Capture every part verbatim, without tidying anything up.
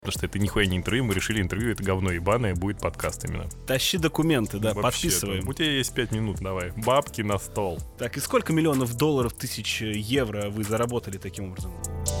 Потому что это нихуя не интервью, мы решили интервью, это говно ебаное, будет подкаст именно. Тащи документы, да, Вообще, подписываем. У тебя есть пять минут, давай. Бабки на стол. Так, и сколько миллионов долларов, тысяч евро вы заработали таким образом?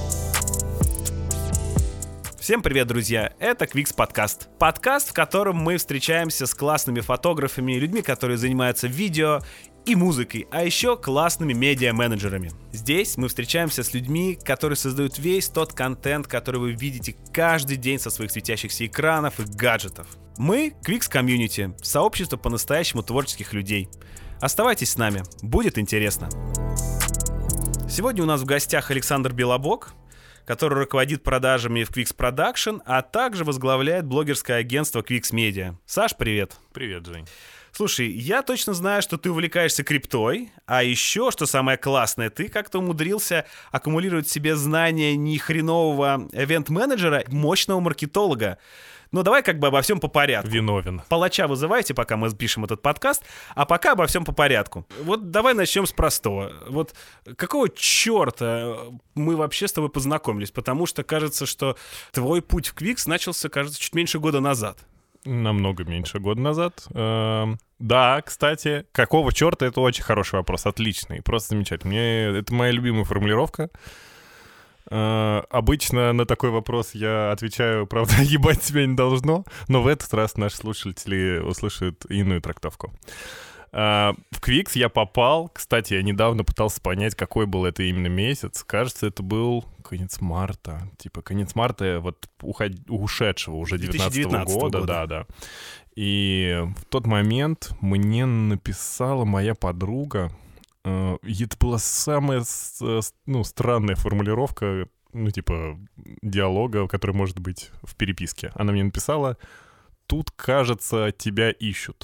Всем привет, друзья! Это Квикс подкаст. Подкаст, в котором мы встречаемся с классными фотографами, людьми, которые занимаются видео и музыкой, а еще классными медиа-менеджерами. Здесь мы встречаемся с людьми, которые создают весь тот контент, который вы видите каждый день со своих светящихся экранов и гаджетов. Мы Квикс Комьюнити, сообщество по-настоящему творческих людей. Оставайтесь с нами, будет интересно. Сегодня у нас в гостях Александр Белобок, который руководит продажами в Quix Production, а также возглавляет блогерское агентство Quix Media. Саш, привет. Привет, Жень. Слушай, я точно знаю, что ты увлекаешься криптой, а еще, что самое классное, ты как-то умудрился аккумулировать в себе знания не хренового эвент-менеджера, мощного маркетолога. Ну, давай как бы обо всем по порядку. Виновен. Палача вызывайте, пока мы пишем этот подкаст, а пока обо всем по порядку. Вот давай начнем с простого. Вот какого черта мы вообще с тобой познакомились? Потому что кажется, что твой путь в Quix начался, кажется, чуть меньше года назад. Намного меньше года назад. Эм, да, кстати, какого черта, это очень хороший вопрос, отличный, просто замечательный. Мне, это моя любимая формулировка. Uh, обычно на такой вопрос я отвечаю, правда, ебать тебя не должно, но в этот раз наши слушатели услышат иную трактовку. Uh, в Quix я попал, кстати, я недавно пытался понять, какой был это именно месяц. Кажется, это был конец марта, типа конец марта вот уход... ушедшего уже девятнадцатого года, года, да, да. И в тот момент мне написала моя подруга. Uh, и это была самая, ну, странная формулировка, ну, типа, диалога, который может быть в переписке. Она мне написала: «Тут, кажется, тебя ищут».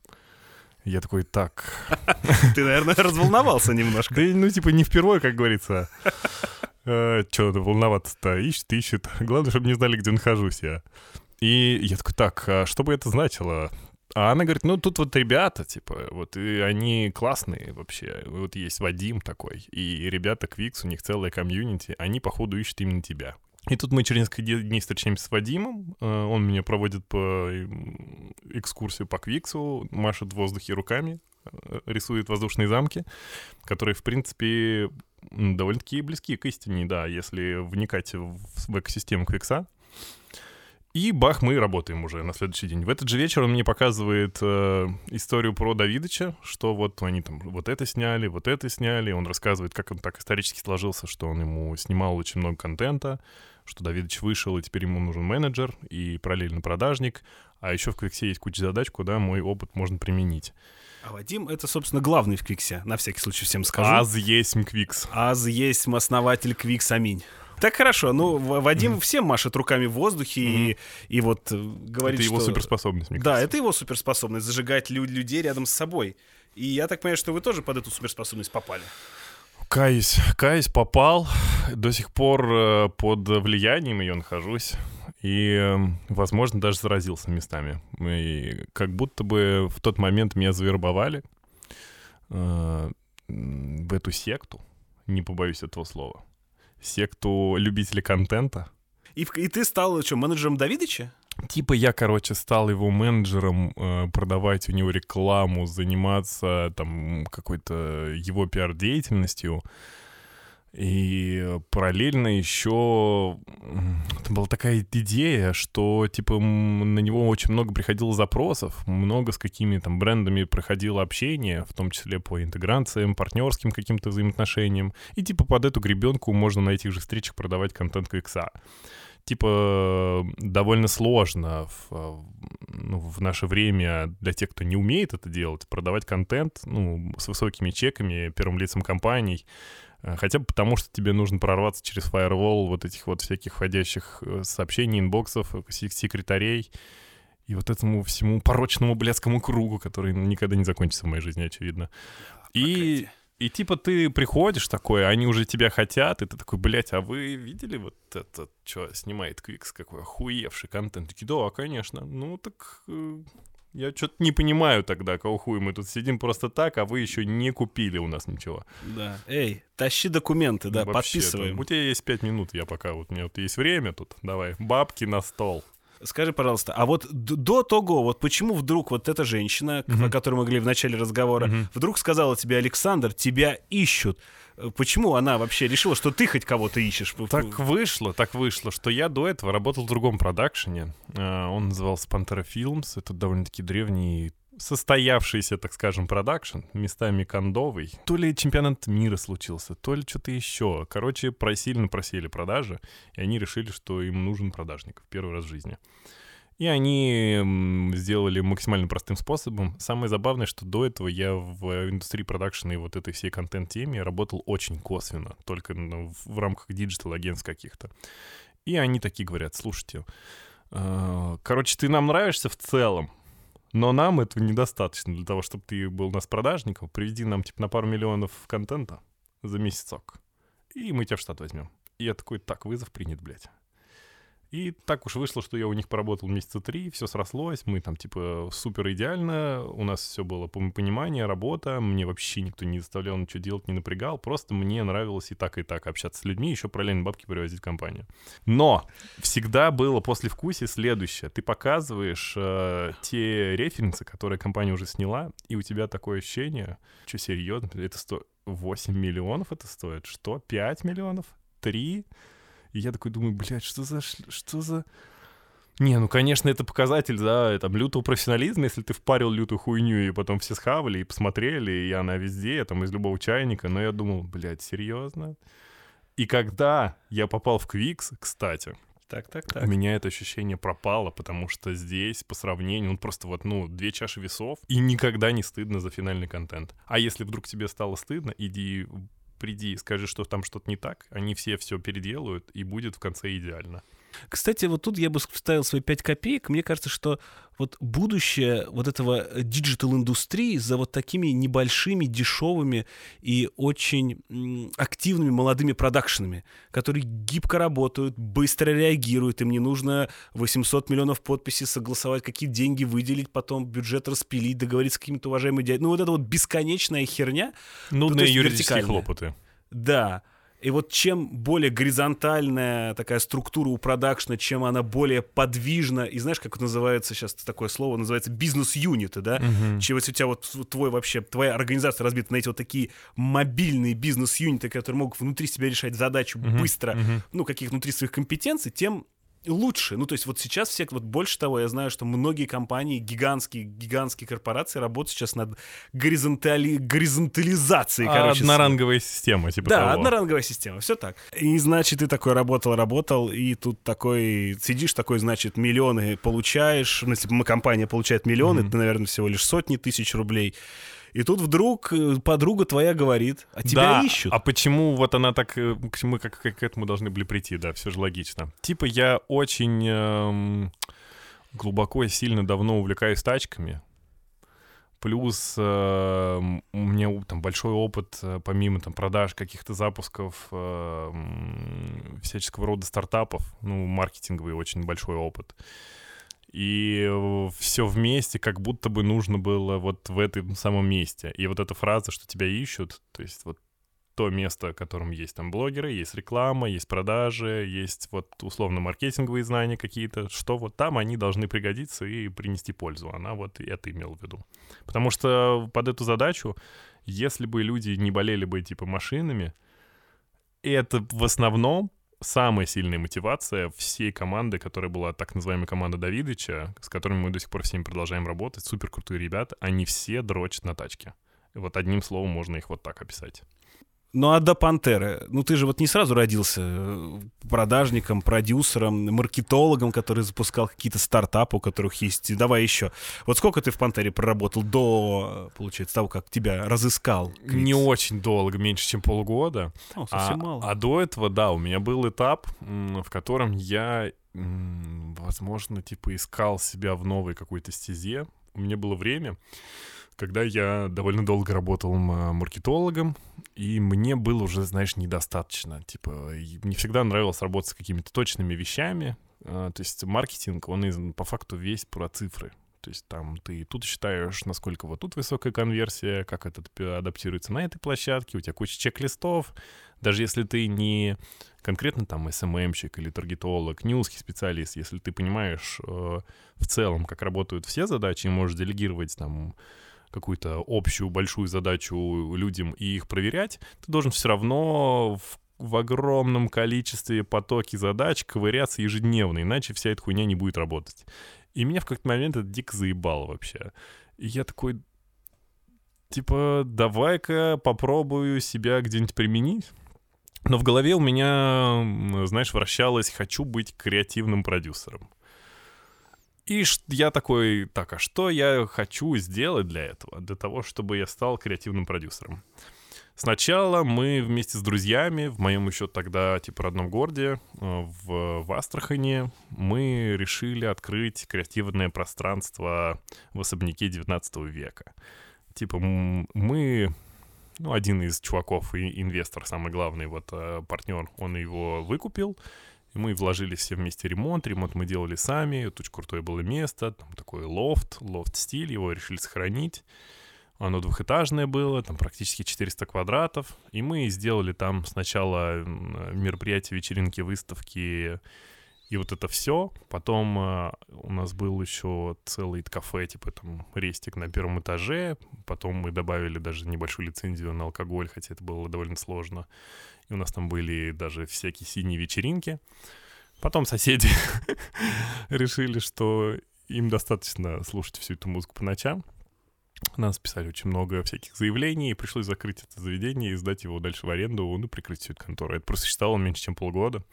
Я такой: так... Ты, наверное, разволновался немножко. Да, ну, типа, не впервые, как говорится. Че надо волноваться-то? Ищет, ищет. Главное, чтобы не знали, где нахожусь я. И я такой: так, а что бы это значило? А она говорит: ну, тут вот ребята, типа, вот, и они классные вообще. Вот есть Вадим такой, и ребята Quix, у них целая комьюнити, они, походу, ищут именно тебя. И тут мы через несколько дней встречаемся с Вадимом, он меня проводит по экскурсию по Quix, машет в воздухе руками, рисует воздушные замки, которые, в принципе, довольно-таки близки к истине, да, если вникать в, в экосистему Quix. И бах, мы работаем уже на следующий день. В этот же вечер он мне показывает э, историю про Давидыча, что вот они там вот это сняли, вот это сняли. Он рассказывает, как он так исторически сложился, что он ему снимал очень много контента, что Давидыч вышел, и теперь ему нужен менеджер и параллельно продажник. А еще в Quix есть куча задач, куда мой опыт можно применить. А Вадим — это, собственно, главный в Quix, на всякий случай всем скажу. Аз есть Quix. Аз есть основатель Quix, аминь. Так хорошо, ну, Вадим mm-hmm. всем машет руками в воздухе mm-hmm. и, и вот говорит, это что... его суперспособность, мне да, кажется. это его суперспособность, зажигать лю- людей рядом с собой. И я так понимаю, что вы тоже под эту суперспособность попали. Каюсь, каюсь, попал. До сих пор э, под влиянием ее нахожусь. И, э, возможно, даже заразился местами. И как будто бы в тот момент меня завербовали э, в эту секту, не побоюсь этого слова. Секту любителей контента. И, и ты стал, что, менеджером Давидыча? Типа я, короче, стал его менеджером, э, продавать у него рекламу, заниматься там какой-то его пиар-деятельностью. И параллельно еще это была такая идея, что типа на него очень много приходило запросов, много с какими там брендами проходило общение, в том числе по интеграциям, партнерским каким-то взаимоотношениям. И типа под эту гребенку можно на этих же встречах продавать контент Quix. Типа довольно сложно в, ну, в наше время для тех, кто не умеет это делать, продавать контент, ну, с высокими чеками первым лицам компаний. Хотя бы потому, что тебе нужно прорваться через фаервол вот этих вот всяких входящих сообщений, инбоксов, секретарей и вот этому всему порочному блядскому кругу, который никогда не закончится в моей жизни, очевидно. И, и типа ты приходишь такой, они уже тебя хотят, и ты такой: блядь, а вы видели вот это, что снимает Quix, какой охуевший контент? Такие: да, конечно. Ну так Я что-то не понимаю тогда, кого хуя мы тут сидим просто так, а вы еще не купили у нас ничего. Да. Эй, тащи документы, да, Вообще-то. подписываем. У тебя есть пять минут, я пока, вот у меня вот есть время тут, давай, бабки на стол. Скажи, пожалуйста, а вот д- до того, вот почему вдруг вот эта женщина, Мгм. о которой мы говорили в начале разговора, Мгм. вдруг сказала тебе: Александр, тебя ищут? Э, Почему она вообще решила, что ты хоть кого-то ищешь? Так вышло, так вышло, что я до этого работал в другом продакшене. А, Он назывался Pantera Films. Это довольно-таки древний, состоявшийся, так скажем, продакшн, местами кондовый. То ли чемпионат мира случился, то ли что-то еще. Короче, про- сильно просели продажи, и они решили, что им нужен продажник в первый раз в жизни. И они м, сделали максимально простым способом. Самое забавное, что до этого я в индустрии продакшена и вот этой всей контент-теме работал очень косвенно, только ну, в в рамках диджитал-агентств каких-то. И они такие говорят: слушайте, э, короче, ты нам нравишься в целом, но нам этого недостаточно для того, чтобы ты был у нас продажником. Приведи нам типа на пару миллионов контента за месяцок, и мы тебя в штат возьмем. И я такой: так, вызов принят, блядь. И так уж вышло, что я у них поработал месяца три, все срослось, мы там типа супер идеально, у нас все было по понимание, работа, мне вообще никто не заставлял ничего делать, не напрягал, просто мне нравилось и так, и так общаться с людьми, еще параллельно бабки привозить в компанию. Но всегда было послевкусие следующее: ты показываешь э, те референсы, которые компания уже сняла, и у тебя такое ощущение: что, серьезно, это стоит восемь миллионов, это стоит? Что, пять миллионов? три? И я такой думаю: блядь, что за... ш- что за... Не, ну, конечно, это показатель, да, там, лютого профессионализма, если ты впарил лютую хуйню, и потом все схавали, и посмотрели, и она везде, там, из любого чайника. Но я думал: блядь, серьезно? И когда я попал в Quix, кстати, Так, так, у так. меня это ощущение пропало, потому что здесь, по сравнению, ну, просто вот, ну, две чаши весов, и никогда не стыдно за финальный контент. А если вдруг тебе стало стыдно, иди... приди и скажи, что там что-то не так, они все все переделают, и будет в конце идеально. Кстати, вот тут я бы вставил свои пять копеек. Мне кажется, что вот будущее вот этого диджитал-индустрии за вот такими небольшими, дешевыми и очень м, активными молодыми продакшенами, которые гибко работают, быстро реагируют, им не нужно восемьсот миллионов подписей согласовать, какие деньги выделить, потом бюджет распилить, договориться с какими-то уважаемыми дядями. Ну вот это вот бесконечная херня. Нудные Ну, то есть юридические вертикальная. хлопоты. Да. И вот чем более горизонтальная такая структура у продакшна, чем она более подвижна, и знаешь, как называется сейчас такое слово, называется бизнес-юниты, да? Мгм. Чем если у тебя вот твой вообще, твоя организация разбита на эти вот такие мобильные бизнес-юниты, которые могут внутри себя решать задачу Мгм. быстро, Мгм. ну, каких внутри своих компетенций, тем лучше. Ну, то есть вот сейчас все, вот больше того, я знаю, что многие компании, гигантские, гигантские корпорации работают сейчас над горизонтали... горизонтализацией, А короче. одноранговая система, типа Да, того. одноранговая система, все так. И, значит, ты такой работал, работал, и тут такой сидишь, такой, значит, миллионы получаешь. Ну, если бы компания получает миллионы, Мгм. это, наверное, всего лишь сотни тысяч рублей. И тут вдруг э, подруга твоя говорит: а тебя Да, ищут. а почему вот она так, э, к чему, как, как к этому должны были прийти, да, все же логично. Типа я очень эм, глубоко и сильно давно увлекаюсь тачками. Плюс э, у меня у- там большой опыт, э, помимо там продаж, каких-то запусков, э, м, всяческого рода стартапов, ну, маркетинговый очень большой опыт. И все вместе как будто бы нужно было вот в этом самом месте. И вот эта фраза, что тебя ищут, то есть вот то место, в котором есть там блогеры, есть реклама, есть продажи, есть вот условно маркетинговые знания какие-то, что вот там они должны пригодиться и принести пользу. Она вот это имела в виду. Потому что под эту задачу, если бы люди не болели бы типа машинами, это в основном самая сильная мотивация всей команды, которая была так называемая команда Давидыча, с которыми мы до сих пор всеми продолжаем работать. Супер крутые ребята, они все дрочат на тачке. И вот одним словом можно их вот так описать. Ну а до «Пантеры», ну ты же вот не сразу родился э, продажником, продюсером, маркетологом, который запускал какие-то стартапы, у которых есть... Давай еще. Вот сколько ты в «Пантере» проработал до, получается, того, как тебя разыскал Quix? Не очень долго, меньше, чем полгода. О, совсем а, мало. а до этого, да, у меня был этап, м, в котором я, м, возможно, типа искал себя в новой какой-то стезе. У меня было время, когда я довольно долго работал м- маркетологом, и мне было уже, знаешь, недостаточно. Типа, и мне всегда нравилось работать с какими-то точными вещами. А, то есть маркетинг, он из- по факту весь про цифры. То есть там ты тут считаешь, насколько вот тут высокая конверсия, как это адаптируется на этой площадке, у тебя куча чек-листов. Даже если ты не конкретно там эс эм эм-щик или таргетолог, не узкий специалист, если ты понимаешь э, в целом, как работают все задачи, и можешь делегировать там какую-то общую большую задачу людям и их проверять, ты должен все равно в, в огромном количестве потоки задач ковыряться ежедневно, иначе вся эта хуйня не будет работать. И меня в какой-то момент это дико заебало вообще. И я такой, типа, давай-ка попробую себя где-нибудь применить. Но в голове у меня, знаешь, вращалось «хочу быть креативным продюсером». И я такой, так, а что я хочу сделать для этого? Для того, чтобы я стал креативным продюсером. Сначала мы вместе с друзьями в моем еще тогда, типа, родном городе, в, в Астрахани, мы решили открыть креативное пространство в особняке девятнадцатого века. Типа, мы... Ну, один из чуваков и инвестор, самый главный, вот, партнер, он его выкупил. И мы вложились все вместе в ремонт. Ремонт мы делали сами. Это очень крутое было место. Там такой лофт, лофт-стиль. Его решили сохранить. Оно двухэтажное было, там практически четыреста квадратов. И мы сделали там сначала мероприятия, вечеринки, выставки и вот это все. Потом э, у нас был еще целый кафе, типа там рестик на первом этаже. Потом мы добавили даже небольшую лицензию на алкоголь, хотя это было довольно сложно. И у нас там были даже всякие синие вечеринки. Потом соседи решили, что им достаточно слушать всю эту музыку по ночам. Нас писали очень много всяких заявлений, и пришлось закрыть это заведение и сдать его дальше в аренду, ну, прикрыть всю эту контору. Это просто считало меньше, чем полгода.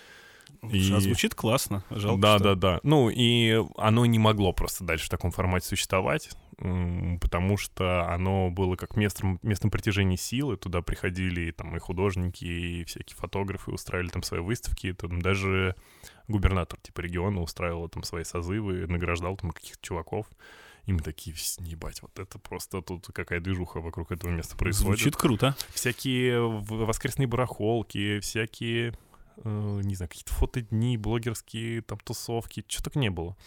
И... А звучит классно, жалко, Да, что... да, да. Ну, и оно не могло просто дальше в таком формате существовать, потому что оно было как местом, местом притяжения силы. Туда приходили там и художники, и всякие фотографы, устраивали там свои выставки. Там даже губернатор типа региона устраивал там свои созывы, награждал там каких-то чуваков. И мы такие, ебать, вот это просто тут какая движуха вокруг этого места происходит. Звучит круто. Всякие воскресные барахолки, всякие, э, не знаю, какие-то фотодни, блогерские там тусовки, чего только не было.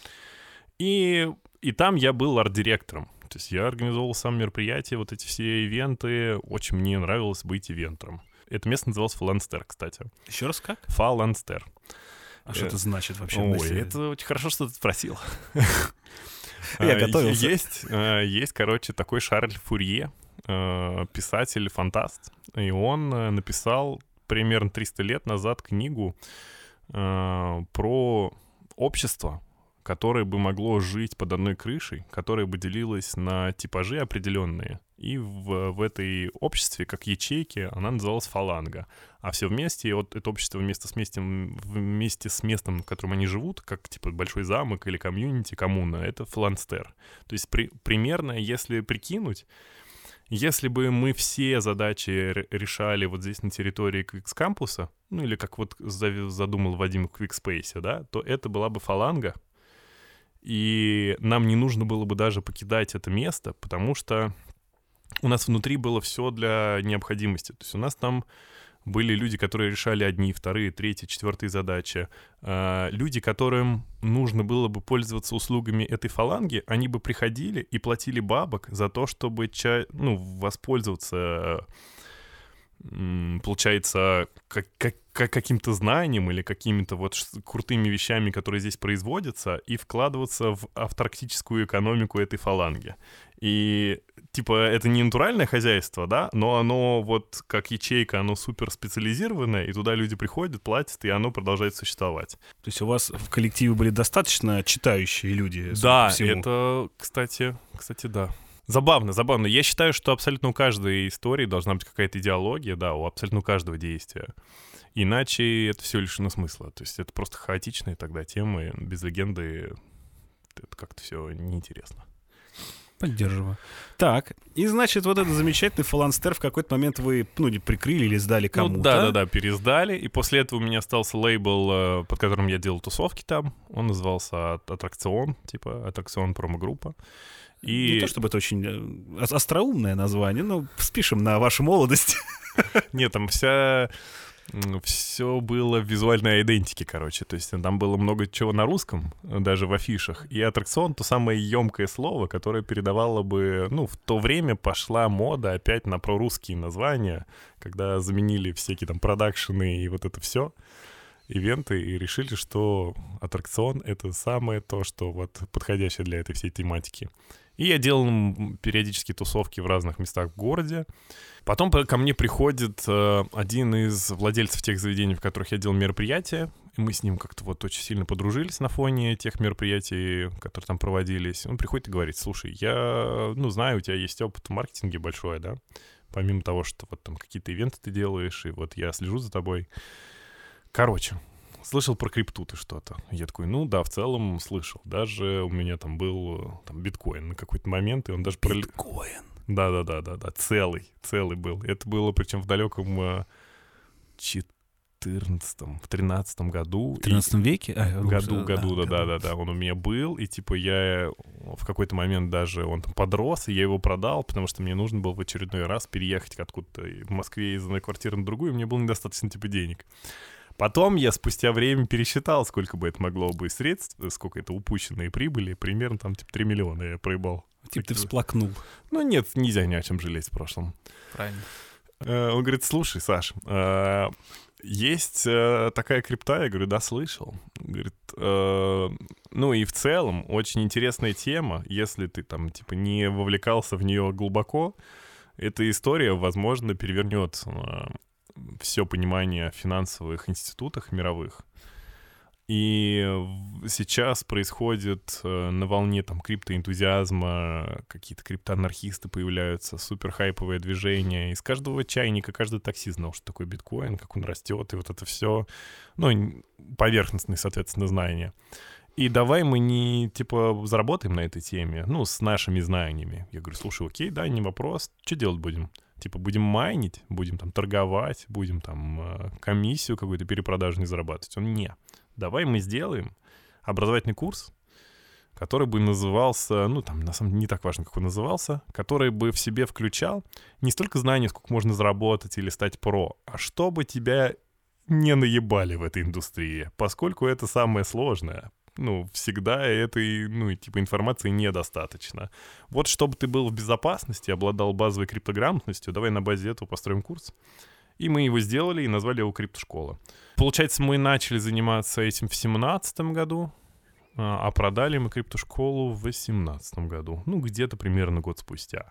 И, и там я был арт-директором. То есть я организовал сам мероприятия, вот эти все ивенты. Очень мне нравилось быть ивентером. Это место называлось Фаланстер, кстати. Еще раз как? Фаланстер. А э- что это значит вообще? Ой, это очень хорошо, что ты спросил. Я готовился. Есть, есть, короче, такой Шарль Фурье, писатель, фантаст. И он написал примерно триста лет назад книгу про общество, которое бы могло жить под одной крышей, которое бы делилось на типажи определенные. И в, в этой обществе, как ячейки, она называлась фаланга. А все вместе, и вот это общество вместе с, местом, вместе с местом, в котором они живут, как типа большой замок или комьюнити, коммуна, это фаланстер. То есть при, примерно, если прикинуть, если бы мы все задачи решали вот здесь на территории Квикс-кампуса, ну или как вот задумал Вадим в Квикспейсе, да, то это была бы фаланга, и нам не нужно было бы даже покидать это место, потому что у нас внутри было все для необходимости. То есть у нас там были люди, которые решали одни, вторые, третьи, четвертые задачи. А люди, которым нужно было бы пользоваться услугами этой фаланги, они бы приходили и платили бабок за то, чтобы ча- ну, воспользоваться, получается, как, как, как каким-то знанием или какими-то вот крутыми вещами, которые здесь производятся, и вкладываться в автарктическую экономику этой фаланги. И, типа, это не натуральное хозяйство, да, но оно вот как ячейка, оно супер специализированное, и туда люди приходят, платят, и оно продолжает существовать. То есть у вас в коллективе были достаточно читающие люди? Да, это, кстати, кстати, да. Забавно, забавно. Я считаю, что абсолютно у каждой истории должна быть какая-то идеология, да, у абсолютно у каждого действия. Иначе это все лишено смысла. То есть это просто хаотичные тогда темы, без легенды это как-то все неинтересно. Поддерживаю. Так, и значит, вот этот замечательный фаланстер в какой-то момент вы, ну, прикрыли или сдали кому-то? Ну, да-да-да, пересдали, и после этого у меня остался лейбл, под которым я делал тусовки там. Он назывался «Аттракцион», типа «Аттракцион промо-группа». И... Не то чтобы это очень остроумное название, но спишем на вашу молодость. Нет, там вся... Все было в визуальной идентике, короче. То есть там было много чего на русском, даже в афишах. И аттракцион — то самое емкое слово, которое передавало бы... Ну, в то время пошла мода опять на прорусские названия, когда заменили всякие там продакшены и вот это все, ивенты, и решили, что аттракцион — это самое то, что вот подходящее для этой всей тематики. И я делал периодически тусовки в разных местах в городе. Потом ко мне приходит э, один из владельцев тех заведений, в которых я делал мероприятия. И мы с ним как-то вот очень сильно подружились на фоне тех мероприятий, которые там проводились. Он приходит и говорит: слушай, я, ну, знаю, у тебя есть опыт в маркетинге большой, да? Помимо того, что вот там какие-то ивенты ты делаешь, и вот я слежу за тобой. Короче, слышал про крипту ты что-то? Я такой: ну да, в целом слышал. Даже у меня там был там биткоин на какой-то момент, и он даже... Биткоин? Да-да-да-да-да, целый, целый был. Это было причем в далеком четырнадцатом, в тринадцатом году. В тринадцатом веке? А, году, а, году, а, да-да-да, он у меня был, и типа я в какой-то момент даже, он там подрос, и я его продал, потому что мне нужно было в очередной раз переехать откуда-то в Москве из одной квартиры на другую, и мне было недостаточно типа денег. Потом я спустя время пересчитал, сколько бы это могло быть средств, сколько это упущенные прибыли, примерно там типа три миллиона я проебал. Типа ты всплакнул. Ну нет, нельзя ни о чем жалеть в прошлом. Правильно. Он говорит: слушай, Саш, есть такая крипта? Я говорю: да, слышал. Говорит: ну и в целом очень интересная тема, если ты там типа не вовлекался в нее глубоко, эта история, возможно, перевернет все понимание о финансовых институтах мировых. И сейчас происходит э, на волне там криптоэнтузиазма, какие-то криптоанархисты появляются, супер хайповое движение. Из каждого чайника каждый такси знал, что такое биткоин, как он растет, и вот это все, ну, поверхностные, соответственно, знания. И давай мы не, типа, заработаем на этой теме, ну, с нашими знаниями. Я говорю: слушай, окей, да, не вопрос, что делать будем? Типа, будем майнить, будем там торговать, будем там комиссию какую-то перепродажную зарабатывать? Он: не. Давай мы сделаем образовательный курс, который бы назывался, ну, там, на самом деле, не так важно, как он назывался, который бы в себе включал не столько знания, сколько можно заработать или стать про, а чтобы тебя не наебали в этой индустрии, поскольку это самое сложное. Ну, всегда этой, ну, типа, информации недостаточно. Вот чтобы ты был в безопасности, обладал базовой криптограмотностью, давай на базе этого построим курс. И мы его сделали и назвали его «Криптошкола». Получается, мы начали заниматься этим в семнадцатом году, а продали мы «Криптошколу» в восемнадцатом году. Ну, где-то примерно год спустя.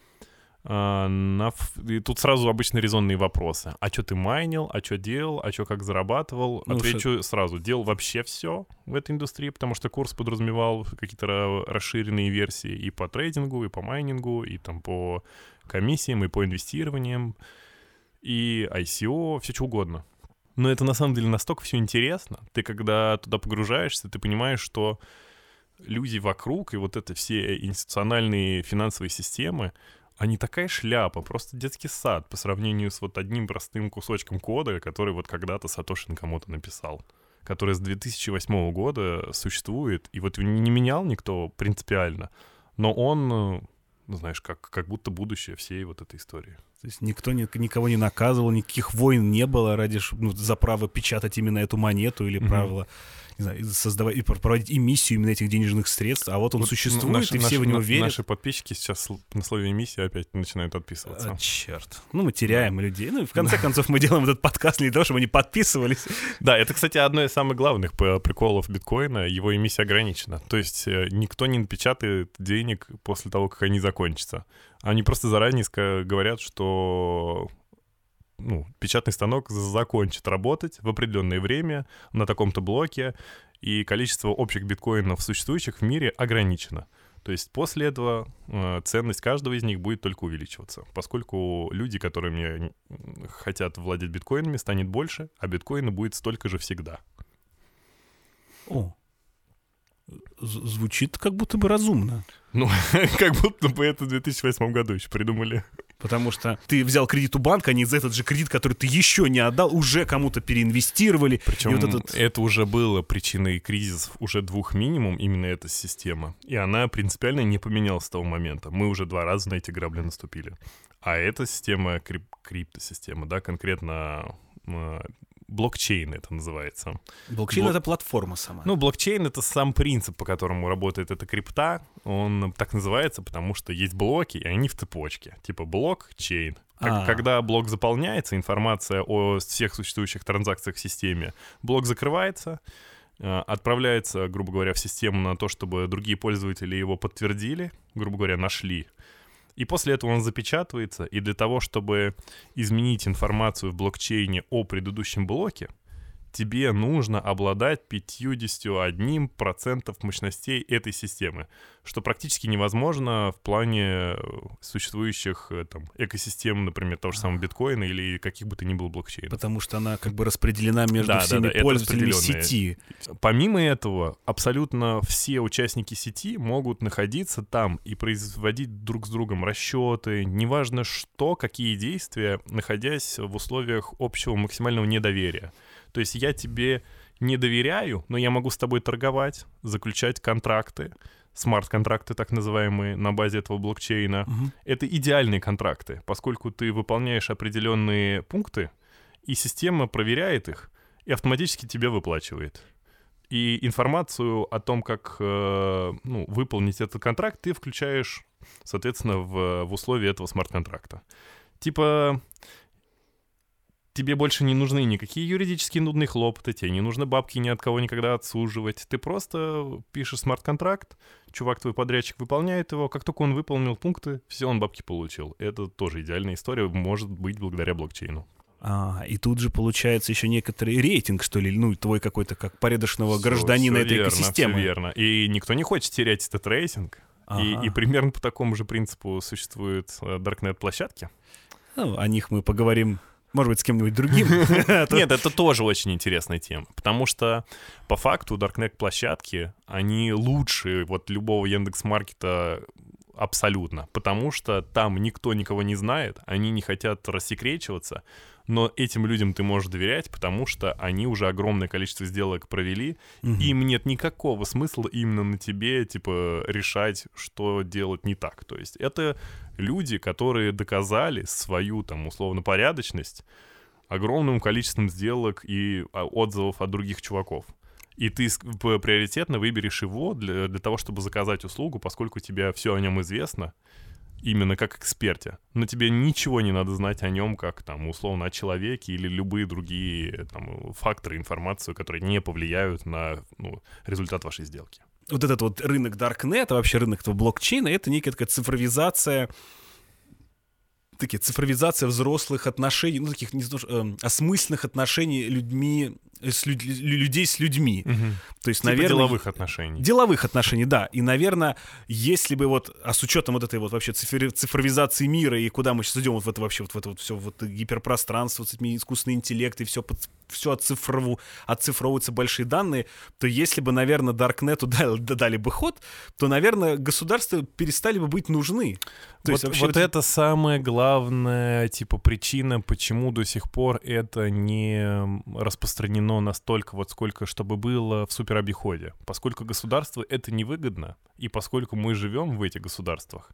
И тут сразу обычно резонные вопросы. А что ты майнил? А что делал? А что как зарабатывал? Ну, Отвечу что... сразу. Делал вообще все в этой индустрии, потому что курс подразумевал какие-то расширенные версии и по трейдингу, и по майнингу, и там по комиссиям, и по инвестированиям, и ай си о, все что угодно. Но это на самом деле настолько все интересно. Ты когда туда погружаешься, ты понимаешь, что люди вокруг и вот это все институциональные финансовые системы, они такая шляпа, просто детский сад по сравнению с вот одним простым кусочком кода, который вот когда-то Сатоши кому-то написал, который с две тысячи восьмого года существует, и вот не менял никто принципиально, но он, ну, знаешь, как, как будто будущее всей вот этой истории. То есть никто ни, никого не наказывал, никаких войн не было ради, ну, за право печатать именно эту монету или mm-hmm. право, не знаю, создавать и проводить эмиссию именно этих денежных средств, а вот он вот существует, наши, и все наши, в него на, верят. Наши подписчики сейчас на слове эмиссии опять начинают отписываться. А, черт. Ну, мы теряем да. людей. Ну, и в конце концов, мы делаем этот подкаст не для того, чтобы они подписывались. Да, это, кстати, одно из самых главных приколов биткоина. Его эмиссия ограничена. То есть никто не напечатает денег после того, как они закончатся. Они просто заранее говорят, что... ну, печатный станок закончит работать в определенное время на таком-то блоке, и количество общих биткоинов, существующих в мире, ограничено. То есть после этого э, ценность каждого из них будет только увеличиваться, поскольку люди, которые хотят владеть биткоинами, станет больше, а биткоина будет столько же всегда. О, звучит как будто бы разумно. Ну, как будто бы это в две тысячи восьмом году еще придумали. Потому что ты взял кредит у банка, они за этот же кредит, который ты еще не отдал, уже кому-то переинвестировали. Причем вот этот... это уже было причиной кризисов уже двух минимум, именно эта система. И она принципиально не поменялась с того момента. Мы уже два раза на эти грабли наступили. А эта система, крип- криптосистема, да, конкретно блокчейн это называется. Блокчейн Блок... — это платформа сама. Ну, блокчейн — это сам принцип, по которому работает эта крипта. Он так называется, потому что есть блоки, и они в цепочке. Типа блокчейн. Как, когда блок заполняется, информация о всех существующих транзакциях в системе, блок закрывается, отправляется, грубо говоря, в систему на то, чтобы другие пользователи его подтвердили, грубо говоря, нашли. И после этого он запечатывается, и для того, чтобы изменить информацию в блокчейне о предыдущем блоке, тебе нужно обладать пятьдесят один процент мощностей этой системы, что практически невозможно в плане существующих там, экосистем, например, того же самого биткоина или каких бы то ни было блокчейнов. Потому что она как бы распределена между да, всеми да, да, пользователями сети. Помимо этого, абсолютно все участники сети могут находиться там и производить друг с другом расчеты, неважно что, какие действия, находясь в условиях общего максимального недоверия. То есть я тебе не доверяю, но я могу с тобой торговать, заключать контракты, смарт-контракты так называемые на базе этого блокчейна. Uh-huh. Это идеальные контракты, поскольку ты выполняешь определенные пункты, и система проверяет их и автоматически тебе выплачивает. И информацию о том, как э, ну, выполнить этот контракт, ты включаешь, соответственно, в, в условия этого смарт-контракта. Типа... Тебе больше не нужны никакие юридические нудные хлопоты, тебе не нужно бабки ни от кого никогда отсуживать. Ты просто пишешь смарт-контракт, чувак, твой подрядчик выполняет его, как только он выполнил пункты, все, он бабки получил. Это тоже идеальная история, может быть, благодаря блокчейну. А, и тут же получается еще некоторый рейтинг, что ли, ну, твой какой-то как порядочного все, гражданина все этой верно, экосистемы. Все верно, и никто не хочет терять этот рейтинг. Ага. И, и примерно по такому же принципу существуют Darknet-площадки. Ну, о них мы поговорим... Может быть, с кем-нибудь другим. Нет, это тоже очень интересная тема, потому что по факту Darknet-площадки, они лучше вот любого Яндекс.Маркета абсолютно, потому что там никто никого не знает, они не хотят рассекречиваться, но этим людям ты можешь доверять, потому что они уже огромное количество сделок провели, угу. и им нет никакого смысла именно на тебе, типа, решать, что делать не так. То есть это люди, которые доказали свою, там, условно, порядочность огромным количеством сделок и отзывов от других чуваков. И ты приоритетно выберешь его для, для того, чтобы заказать услугу, поскольку тебе все о нем известно, именно как эксперте. Но тебе ничего не надо знать о нем, как, там, условно, о человеке или любые другие там, факторы, информацию, которые не повлияют на ну, результат вашей сделки. Вот этот вот рынок Darknet, а вообще рынок этого блокчейна, это некая такая цифровизация, такие цифровизация взрослых отношений, ну, таких, не знаю, э, осмысленных отношений людьми, с люд, людей с людьми. Угу. То есть, типа наверное... деловых отношений. Деловых отношений, да. И, наверное, если бы вот, а с учетом вот этой вот вообще цифри, цифровизации мира, и куда мы сейчас идем, вот в это вообще, вот в это вот все, вот гиперпространство, вот искусственный интеллект, и все, под, все оцифров, оцифровываются большие данные, то если бы, наверное, Даркнету дали, дали бы ход, то, наверное, государства перестали бы быть нужны. То вот, есть, вообще, вот это самая главная, типа, причина, почему до сих пор это не распространено настолько, вот сколько, чтобы было в суперобиходе. Поскольку государству это невыгодно, и поскольку мы живем в этих государствах,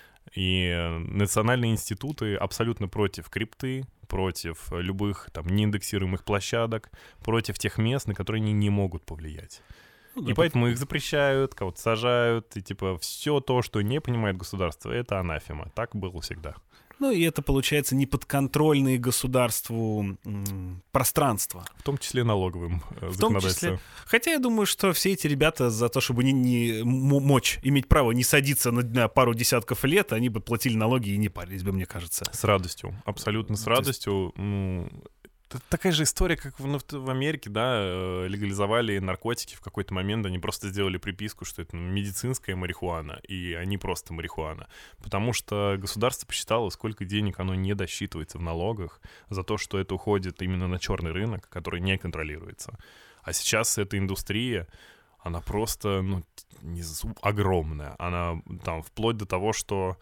и национальные институты абсолютно против крипты, против любых там неиндексируемых площадок, против тех мест, на которые они не могут повлиять. Ну, да, и поэтому их запрещают, кого-то сажают, и типа все то, что не понимает государство, это анафема. Так было всегда. Ну и это, получается, неподконтрольные государству м, пространства. В том числе налоговым э, законодательством. Хотя я думаю, что все эти ребята за то, чтобы не, не мочь, иметь право не садиться на, на пару десятков лет, они бы платили налоги и не парились бы, мне кажется. С радостью, абсолютно с радостью. Ну, такая же история, как в, в Америке, да, легализовали наркотики в какой-то момент, они просто сделали приписку, что это медицинская марихуана, и они просто марихуана. Потому что государство посчитало, сколько денег оно не досчитывается в налогах за то, что это уходит именно на черный рынок, который не контролируется. А сейчас эта индустрия, она просто, ну, не, огромная. Она там вплоть до того, что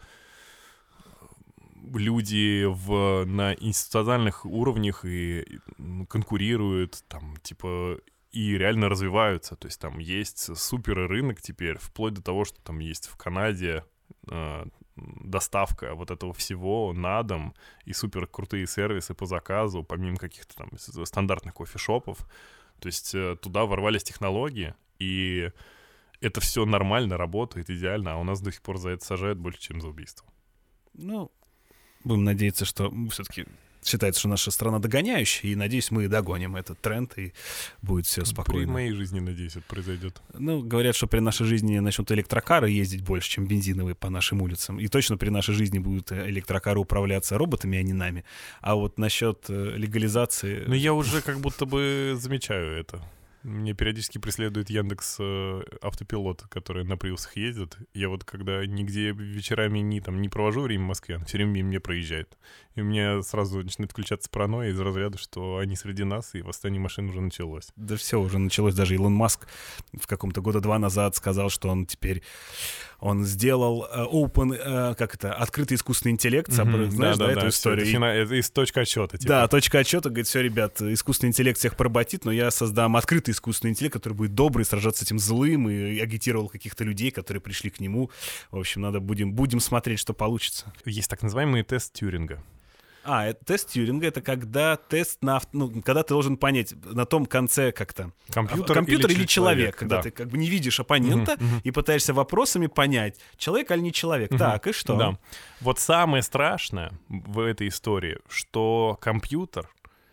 люди в, на институциональных уровнях и конкурируют, там, типа, и реально развиваются. То есть там есть супер рынок теперь, вплоть до того, что там есть в Канаде э, доставка вот этого всего на дом и супер крутые сервисы по заказу, помимо каких-то там стандартных кофешопов. То есть туда ворвались технологии, и это все нормально, работает, идеально, а у нас до сих пор за это сажают больше, чем за убийство. Ну, будем надеяться, что все-таки считается, что наша страна догоняющая, и, надеюсь, мы догоним этот тренд, и будет все спокойно. При моей жизни, надеюсь, это произойдет. Ну, говорят, что при нашей жизни начнут электрокары ездить больше, чем бензиновые по нашим улицам. И точно при нашей жизни будут электрокары управляться роботами, а не нами. А вот насчет легализации... Ну, я уже как будто бы замечаю это. Мне периодически преследует Яндекс э, автопилот, который на приусах ездит. Я вот когда нигде вечерами не, там, не провожу время в Москве, он все время мимо меня проезжает. И у меня сразу начинает включаться паранойя из разряда, что они среди нас, и восстание машин уже началось. Да все, уже началось. Даже Илон Маск в каком-то года два назад сказал, что он теперь... Он сделал uh, open, uh, как это, открытый искусственный интеллект, mm-hmm. знаешь, да, да, да, эту историю? Это, фина... это из точки отсчета. Типа. Да, точка отсчета, говорит, все, ребят, искусственный интеллект всех поработит, но я создам открытый искусственный интеллект, который будет добрый, сражаться с этим злым, и агитировал каких-то людей, которые пришли к нему. В общем, надо будем, будем смотреть, что получится. Есть так называемый тест Тьюринга. А, это тест Тьюринга — это когда тест на... Ну, когда ты должен понять на том конце как-то... Компьютер, компьютер или, или человек. человек Когда да. ты как бы не видишь оппонента uh-huh, uh-huh. и пытаешься вопросами понять, человек или не человек. Uh-huh. Так, и что? Да. Вот самое страшное в этой истории, что компьютер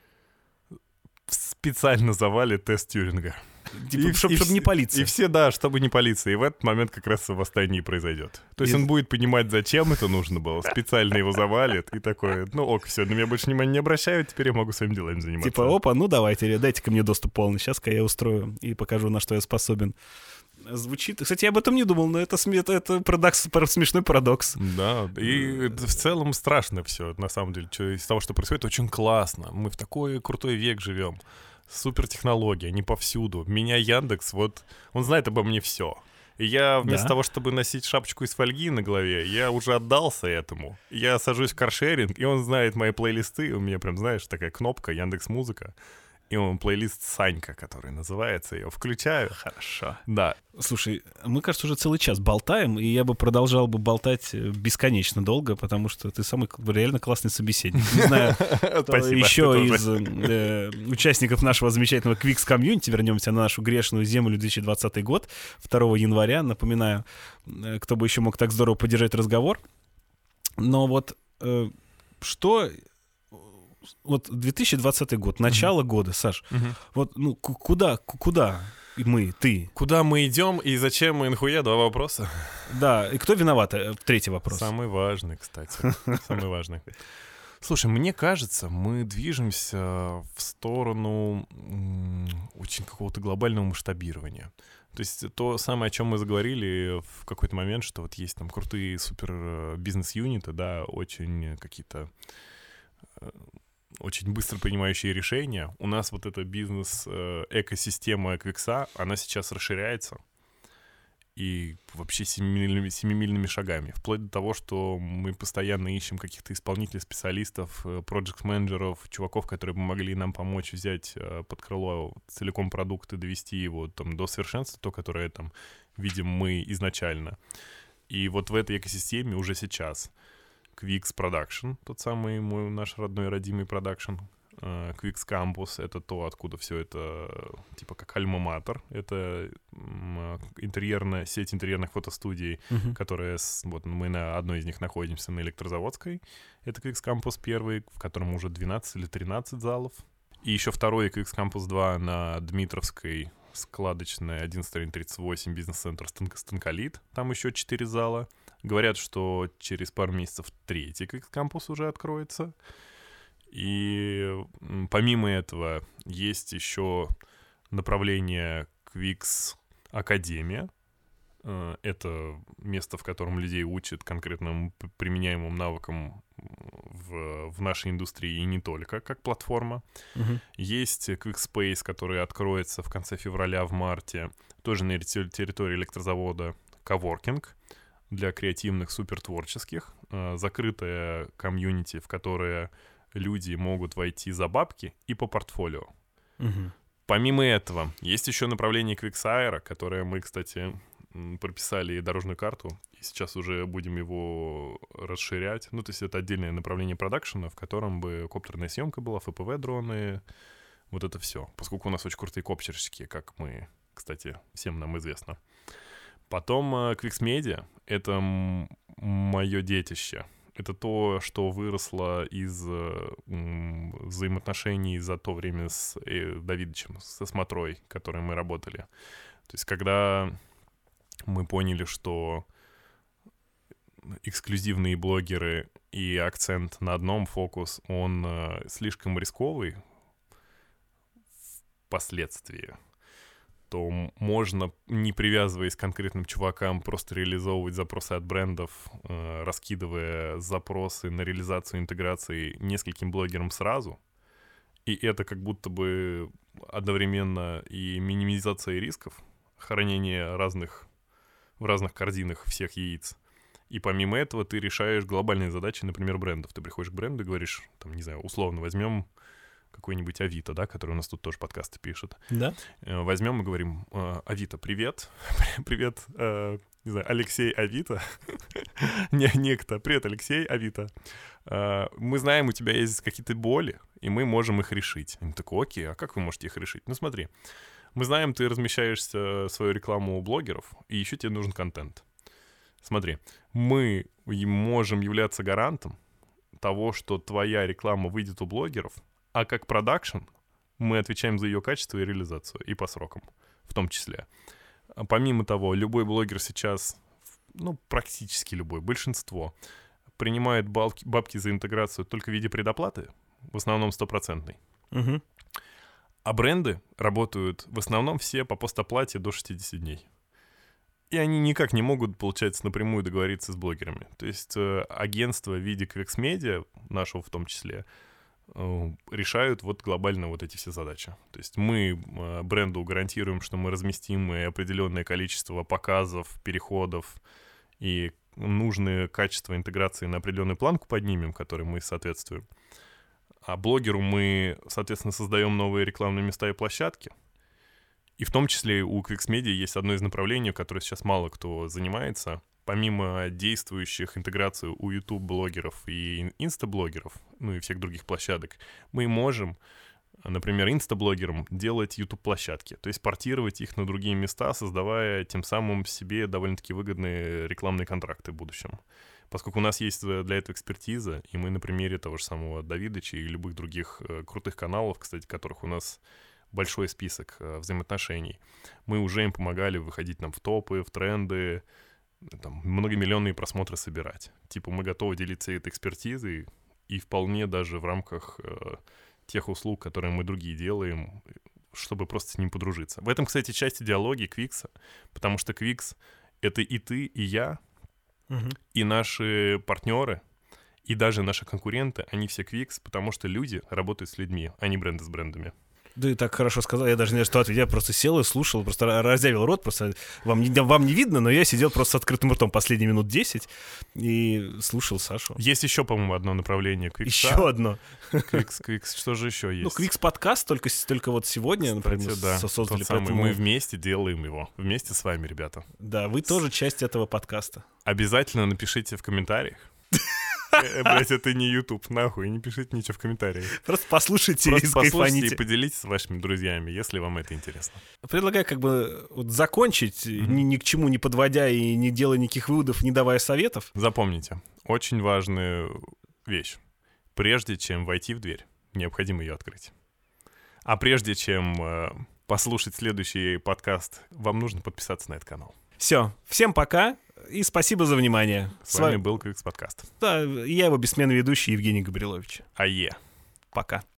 специально завалит тест Тьюринга. Типа, чтобы чтоб не палиться. И все, да, чтобы не палиться. И в этот момент как раз восстание и произойдет. То есть и... он будет понимать, зачем это нужно было, специально его завалит, и такой, ну ок, все, на меня больше внимания не обращают, теперь я могу своими делами заниматься. Типа, опа, ну давайте, дайте-ка мне доступ полный, сейчас-ка я устрою и покажу, на что я способен. Звучит... Кстати, я об этом не думал, но это, это, это парадокс, смешной парадокс. Да, и в целом страшно все, на самом деле. Из того, что происходит, очень классно. Мы в такой крутой век живем. Супертехнологии, они повсюду. Меня Яндекс, вот, он знает обо мне все. И я вместо да. того, чтобы носить шапочку из фольги на голове, я уже отдался этому. Я сажусь в каршеринг, и он знает мои плейлисты. У меня прям, знаешь, такая кнопка Яндекс.Музыка. И он плейлист Санька, который называется, я его включаю. Хорошо. Да. Слушай, мы, кажется, уже целый час болтаем, и я бы продолжал бы болтать бесконечно долго, потому что ты самый реально классный собеседник. Не знаю, еще из участников нашего замечательного Quix комьюнити, вернемся на нашу грешную землю две тысячи двадцатый год, второго января, напоминаю, кто бы еще мог так здорово поддержать разговор. Но вот что... Вот две тысячи двадцатый год, начало uh-huh. года, Саш. Uh-huh. Вот, ну, к- куда, к- куда мы, ты? Куда мы идем и зачем и нахуя? Два вопроса. Да, и кто виноват? Третий вопрос. Самый важный, кстати. Самый важный. Слушай, мне кажется, мы движемся в сторону м- очень какого-то глобального масштабирования. То есть то самое, о чем мы заговорили в какой-то момент, что вот есть там крутые супер бизнес-юниты, да, очень какие-то... очень быстро принимающие решения. У нас вот эта бизнес-экосистема Quix, она сейчас расширяется. И вообще семимильными, семимильными шагами. Вплоть до того, что мы постоянно ищем каких-то исполнителей, специалистов, проект-менеджеров, чуваков, которые бы могли нам помочь взять под крыло целиком продукт и довести его там, до совершенства, то, которое там видим мы изначально. И вот в этой экосистеме уже сейчас Quix Production, тот самый мой наш родной родимый продакшн, uh, Quix Campus, это то, откуда все это, типа как альма-матер, это um, интерьерная сеть интерьерных фотостудий, uh-huh. которая, с, вот мы на одной из них находимся, на Электрозаводской, это Quix Campus первый, в котором уже двенадцать или тринадцать залов, и еще второй Quix Campus два на Дмитровской, складочная, одиннадцать тридцать восемь, бизнес-центр Станколит, там еще четыре зала. Говорят, что через пару месяцев третий Quix Campus уже откроется. И помимо этого есть еще направление Quix Академия. Это место, в котором людей учат конкретным применяемым навыкам в, в нашей индустрии и не только, как платформа. Uh-huh. Есть Quix Space, который откроется в конце февраля, в марте, тоже на территории электрозавода, коворкинг для креативных, супертворческих, э, закрытая комьюнити, в которое люди могут войти за бабки и по портфолио. Uh-huh. Помимо этого, есть еще направление Quix Aero, которое мы, кстати, прописали дорожную карту, и сейчас уже будем его расширять. Ну, то есть это отдельное направление продакшена, в котором бы коптерная съемка была, эф пи ви-дроны, вот это все. Поскольку у нас очень крутые коптерщики, как мы, кстати, всем нам известно. Потом Quix Media — это мое детище. Это то, что выросло из м, взаимоотношений за то время с э, Давидычем, со Смотрой, которой мы работали. То есть когда мы поняли, что эксклюзивные блогеры и акцент на одном фокус, он э, слишком рисковый впоследствии, то можно, не привязываясь к конкретным чувакам, просто реализовывать запросы от брендов, э, раскидывая запросы на реализацию интеграции нескольким блогерам сразу. И это как будто бы одновременно и минимизация рисков, хранение разных, в разных корзинах всех яиц. И помимо этого ты решаешь глобальные задачи, например, брендов. Ты приходишь к бренду и говоришь, там, не знаю, условно возьмем какой-нибудь Авито, да, который у нас тут тоже подкасты пишет. Да. Возьмем и говорим: Авито, привет. Привет, э, не знаю, Алексей Авито. Не, некто. Привет, Алексей Авито. Э, мы знаем, у тебя есть какие-то боли, и мы можем их решить. Они такой: окей, а как вы можете их решить? Ну смотри, мы знаем, ты размещаешь свою рекламу у блогеров, и еще тебе нужен контент. Смотри, мы можем являться гарантом того, что твоя реклама выйдет у блогеров, а как продакшн мы отвечаем за ее качество и реализацию, и по срокам в том числе. Помимо того, любой блогер сейчас, ну, практически любой, большинство, принимает бабки, бабки за интеграцию только в виде предоплаты, в основном стопроцентной. Угу. А бренды работают в основном все по постоплате до шестьдесят дней. И они никак не могут, получается, напрямую договориться с блогерами. То есть э, агентство в виде Quix Media, нашего в том числе, решают вот глобально вот эти все задачи. То есть мы бренду гарантируем, что мы разместим определенное количество показов, переходов и нужное качество интеграции на определенную планку поднимем, которой мы соответствуем. А блогеру мы, соответственно, создаем новые рекламные места и площадки. И в том числе у Quix Media есть одно из направлений, которое сейчас мало кто занимается. Помимо действующих интеграций у YouTube-блогеров и инста-блогеров, ну и всех других площадок, мы можем, например, инста-блогерам делать YouTube-площадки, то есть портировать их на другие места, создавая тем самым себе довольно-таки выгодные рекламные контракты в будущем. Поскольку у нас есть для этого экспертиза, и мы на примере того же самого Давидыча и любых других крутых каналов, кстати, которых у нас большой список взаимоотношений, мы уже им помогали выходить нам в топы, в тренды, там, многомиллионные просмотры собирать. Типа мы готовы делиться этой экспертизой и вполне даже в рамках э, тех услуг, которые мы другие делаем, чтобы просто с ним подружиться. В этом, кстати, часть идеологии Quix, потому что Quix — это и ты, и я, угу. и наши партнеры, и даже наши конкуренты, они все Quix, потому что люди работают с людьми, а не бренды с брендами. Да и так хорошо сказал, я даже не знаю, что ответить. Я просто сел и слушал, просто разъявил рот, просто вам не, вам не видно, но я сидел просто с открытым ртом последние минут десять и слушал Сашу. Есть еще, по-моему, одно направление Quix. Еще одно. Quix, Quix, что же еще есть? Ну, Quix подкаст только, только вот сегодня, Кстати, например, да, создали. Поэтому... Мы вместе делаем его, вместе с вами, ребята. Да, вы тоже часть этого подкаста. Обязательно напишите в комментариях. Блять, это не YouTube, нахуй, не пишите ничего в комментариях. Просто послушайте Просто и скайфаните. Послушайте и поделитесь с вашими друзьями, если вам это интересно. Предлагаю как бы вот закончить, mm-hmm. ни, ни к чему не подводя и не делая никаких выводов, не давая советов. Запомните, очень важная вещь. Прежде чем войти в дверь, необходимо ее открыть. А прежде чем э, послушать следующий подкаст, вам нужно подписаться на этот канал. Все, всем пока. И спасибо за внимание. С, С вами был Quix подкаст. Да, я его бессменный ведущий Евгений Габрилович. Ае. Пока.